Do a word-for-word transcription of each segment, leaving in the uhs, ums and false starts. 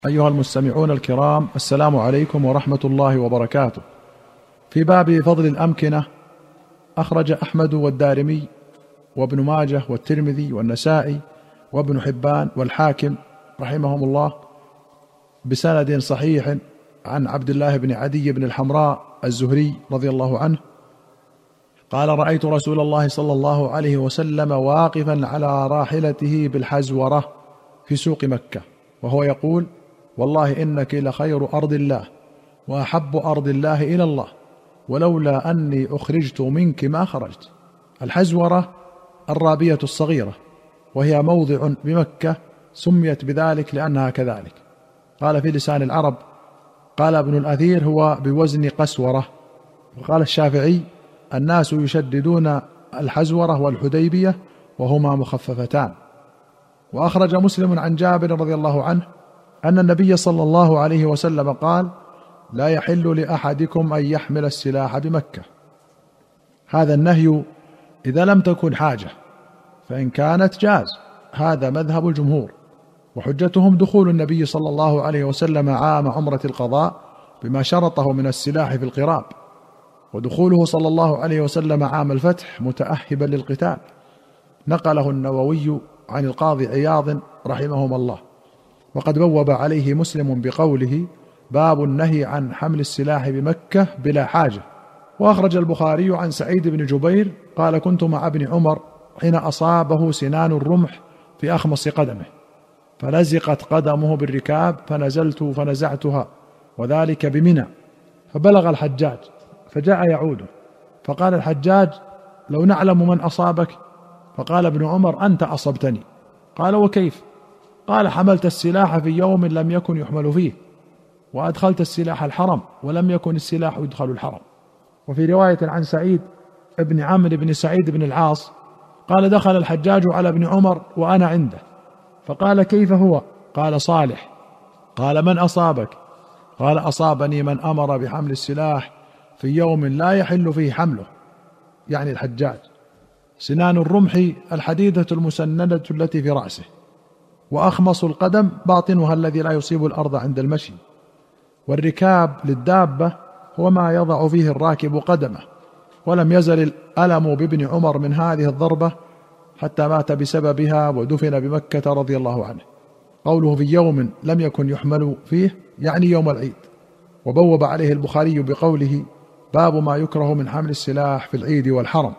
أيها المستمعون الكرام، السلام عليكم ورحمة الله وبركاته. في باب فضل الأمكنة أخرج أحمد والدارمي وابن ماجه والترمذي والنسائي وابن حبان والحاكم رحمهم الله بسند صحيح عن عبد الله بن عدي بن الحمراء الزهري رضي الله عنه قال: رأيت رسول الله صلى الله عليه وسلم واقفا على راحلته بالحزورة في سوق مكة وهو يقول: والله إنك لخير أرض الله وأحب أرض الله إلى الله، ولولا أني أخرجت منك ما خرجت. الحزورة الرابية الصغيرة، وهي موضع بمكة سميت بذلك لأنها كذلك. قال في لسان العرب، قال ابن الأثير: هو بوزن قسورة. وقال الشافعي: الناس يشددون الحزورة والحديبية وهما مخففتان. وأخرج مسلم عن جابر رضي الله عنه أن النبي صلى الله عليه وسلم قال: لا يحل لأحدكم أن يحمل السلاح بمكة. هذا النهي إذا لم تكن حاجة، فإن كانت جاز. هذا مذهب الجمهور، وحجتهم دخول النبي صلى الله عليه وسلم عام عمرة القضاء بما شرطه من السلاح في القراب، ودخوله صلى الله عليه وسلم عام الفتح متأهبا للقتال. نقله النووي عن القاضي عياض رحمهما الله، وقد بوب عليه مسلم بقوله: باب النهي عن حمل السلاح بمكة بلا حاجة. وأخرج البخاري عن سعيد بن جبير قال: كنت مع ابن عمر حين أصابه سنان الرمح في أخمص قدمه، فلزقت قدمه بالركاب، فنزلت فنزعتها، وذلك بمنى، فبلغ الحجاج فجاء يعوده، فقال الحجاج: لو نعلم من أصابك. فقال ابن عمر: أنت أصبتني. قال: وكيف؟ قال: حملت السلاح في يوم لم يكن يحمل فيه، وأدخلت السلاح الحرم ولم يكن السلاح يدخل الحرم. وفي رواية عن سعيد ابن عمرو بن سعيد بن العاص قال: دخل الحجاج على ابن عمر وأنا عنده، فقال: كيف هو؟ قال: صالح. قال: من أصابك؟ قال: أصابني من أمر بحمل السلاح في يوم لا يحل فيه حمله، يعني الحجاج. سنان الرمح الحديدة المسندة التي في رأسه، وأخمص القدم باطنها الذي لا يصيب الأرض عند المشي. والركاب للدابة هو ما يضع فيه الراكب قدمه. ولم يزل الألم بابن عمر من هذه الضربة حتى مات بسببها ودفن بمكة رضي الله عنه. قوله في يوم لم يكن يحمل فيه يعني يوم العيد. وبوب عليه البخاري بقوله: باب ما يكره من حمل السلاح في العيد والحرم.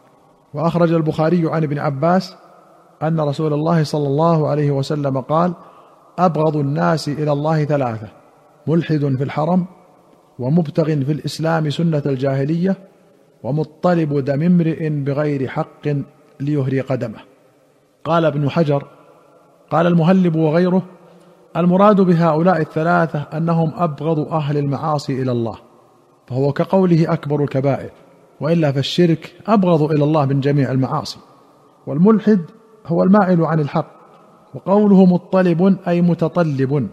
وأخرج البخاري عن ابن عباس أن رسول الله صلى الله عليه وسلم قال: أبغض الناس إلى الله ثلاثة: ملحد في الحرم، ومبتغ في الإسلام سنة الجاهلية، ومطلب دم امرئ بغير حق ليهري قدمه. قال ابن حجر: قال المهلب وغيره: المراد بهؤلاء الثلاثة أنهم أبغض أهل المعاصي إلى الله، فهو كقوله أكبر الكبائر، وإلا فالشرك أبغض إلى الله من جميع المعاصي. والملحد هو المائل عن الحق. وقوله مطلب أي متطلب،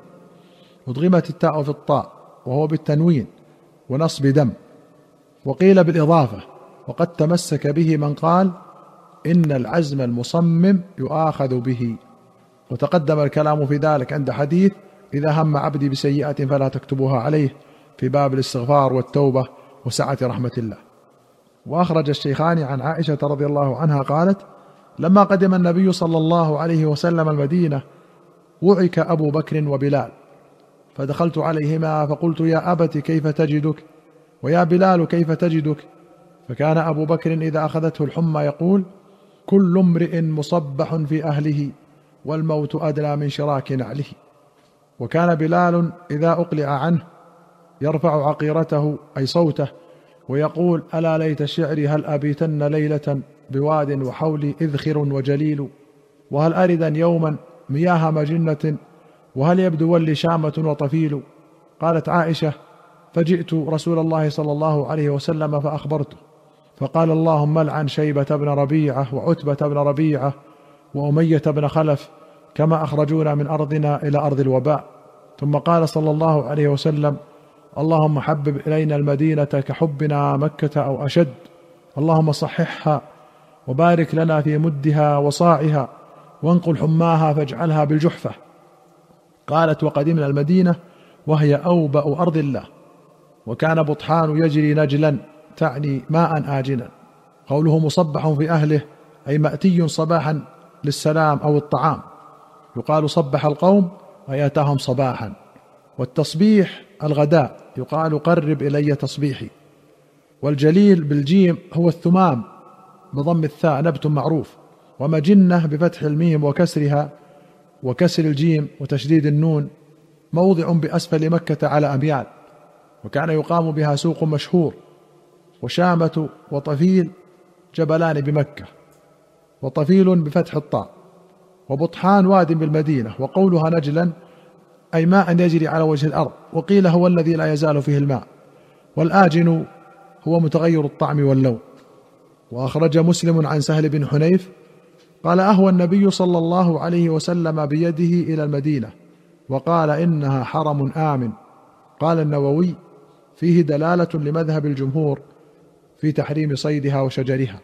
أدغمت التاء في الطاء وهو بالتنوين ونصب دم. وقيل بالإضافة، وقد تمسك به من قال: إن العزم المصمم يؤاخذ به. وتقدم الكلام في ذلك عند حديث: إذا هم عبدي بسيئة فلا تكتبوها عليه، في باب الاستغفار والتوبة وسعة رحمة الله. وأخرج الشيخان عن عائشة رضي الله عنها قالت: لما قدم النبي صلى الله عليه وسلم المدينة وعك أبو بكر وبلال، فدخلت عليهما فقلت: يا أبت كيف تجدك؟ ويا بلال كيف تجدك؟ فكان أبو بكر إذا أخذته الحمى يقول: كل امرئ مصبح في أهله، والموت أدنى من شراك نعله. وكان بلال إذا أقلع عنه يرفع عقيرته أي صوته ويقول: ألا ليت شعري هل أبيتن ليلة بواد وحولي إذخر وجليل، وهل أردا يوما مياه مجنة، وهل يبدو لي شامة وطفيل. قالت عائشة: فجئت رسول الله صلى الله عليه وسلم فأخبرته، فقال: اللهم العن شيبة بن ربيعة وعتبة بن ربيعة وأمية بن خلف، كما أخرجونا من أرضنا إلى أرض الوباء. ثم قال صلى الله عليه وسلم: اللهم حبب إلينا المدينة كحبنا مكة أو أشد، اللهم صححها وبارك لنا في مدها وصاعها، وانقل حماها فاجعلها بالجحفة. قالت: وقدمنا المدينة وهي أوبأ أرض الله، وكان بطحان يجري نجلا، تعني ماء آجنا. قوله مصبح في أهله أي مأتي صباحا للسلام أو الطعام، يقال صبح القوم أي أتاهم صباحا. والتصبيح الغداء، يقال قرب إلي تصبيحي. والجليل بالجيم هو الثمام بضم الثاء، نبت معروف. ومجنة بفتح الميم وكسرها وكسر الجيم وتشديد النون، موضع بأسفل مكة على أميال، وكان يقام بها سوق مشهور. وشامة وطفيل جبلان بمكة، وطفيل بفتح الطاء. وبطحان واد بالمدينة. وقولها نجلا أي ماء يجري على وجه الأرض، وقيل هو الذي لا يزال فيه الماء. والآجن هو متغير الطعم واللون. وأخرج مسلم عن سهل بن حنيف قال: أهوى النبي صلى الله عليه وسلم بيده إلى المدينة وقال: إنها حرم آمن. قال النووي: فيه دلالة لمذهب الجمهور في تحريم صيدها وشجرها.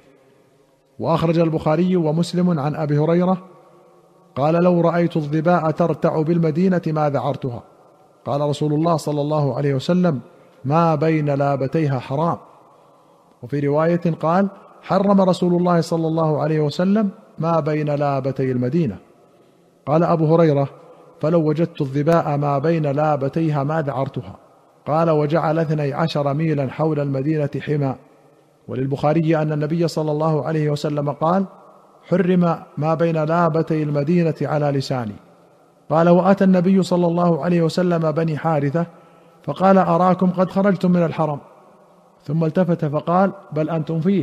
وأخرج البخاري ومسلم عن أبي هريرة قال: لو رأيت الظباء ترتع بالمدينة ما ذعرتها. قال رسول الله صلى الله عليه وسلم: ما بين لابتيها حرام. وفي رواية قال: حرم رسول الله صلى الله عليه وسلم ما بين لابتي المدينة. قال أبو هريرة: فلو وجدت الظباء ما بين لابتيها ما ذعرتها. قال: وجعل اثني عشر ميلا حول المدينة حمى. وللبخاري أن النبي صلى الله عليه وسلم قال: حرم ما بين لابتي المدينة على لساني. قال: وأتى النبي صلى الله عليه وسلم بني حارثة فقال: أراكم قد خرجتم من الحرم. ثم التفت فقال: بل أنتم فيه.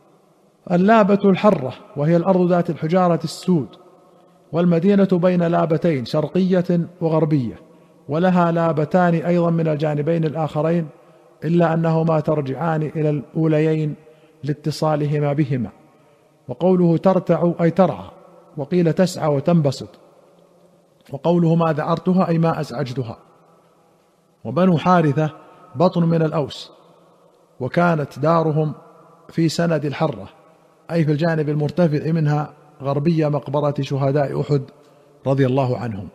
اللابة الحرة، وهي الأرض ذات الحجارة السود. والمدينة بين لابتين شرقية وغربية، ولها لابتان أيضا من الجانبين الآخرين، إلا أنهما ترجعان إلى الأوليين لاتصالهما بهما. وقوله ترتع أي ترعى، وقيل تسعى وتنبسط. وقوله ما ذعرتها أي ما أزعجتها. وبنو حارثة بطن من الأوس، وكانت دارهم في سند الحرة أي في الجانب المرتفع منها غربية مقبرة شهداء أحد رضي الله عنهم.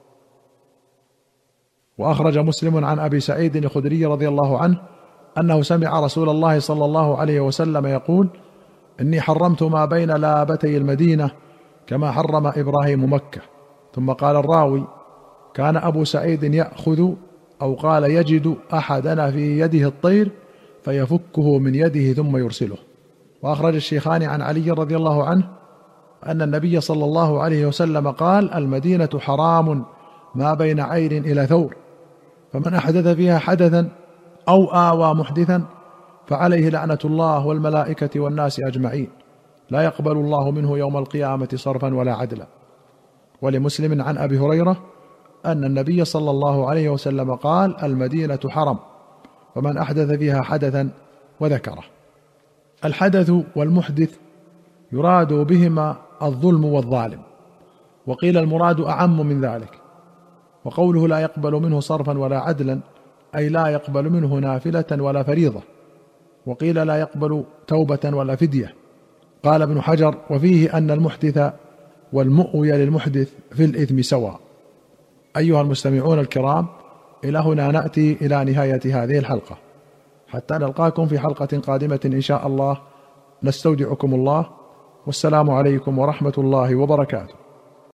وأخرج مسلم عن أبي سعيد الخدري رضي الله عنه أنه سمع رسول الله صلى الله عليه وسلم يقول: إني حرمت ما بين لابتي المدينة كما حرم إبراهيم مكة. ثم قال الراوي: كان أبو سعيد يأخذ أو قال يجد أحدنا في يده الطير فيفكه من يده ثم يرسله. وأخرج الشيخان عن علي رضي الله عنه أن النبي صلى الله عليه وسلم قال: المدينة حرام ما بين عين إلى ثور، فمن أحدث فيها حدثا أو آوى محدثا فعليه لعنة الله والملائكة والناس أجمعين، لا يقبل الله منه يوم القيامة صرفا ولا عدلا. ولمسلم عن أبي هريرة أن النبي صلى الله عليه وسلم قال: المدينة حرم، ومن أحدث فيها حدثا وذكره. الحدث والمحدث يراد بهما الظلم والظالم، وقيل المراد أعم من ذلك. وقوله لا يقبل منه صرفا ولا عدلا أي لا يقبل منه نافلة ولا فريضة. وقيل لا يقبل توبة ولا فدية. قال ابن حجر: وفيه أن المحدث والمؤوي للمحدث في الإثم سواء. أيها المستمعون الكرام، إلى هنا نأتي إلى نهاية هذه الحلقة، حتى نلقاكم في حلقة قادمة إن شاء الله. نستودعكم الله، والسلام عليكم ورحمة الله وبركاته.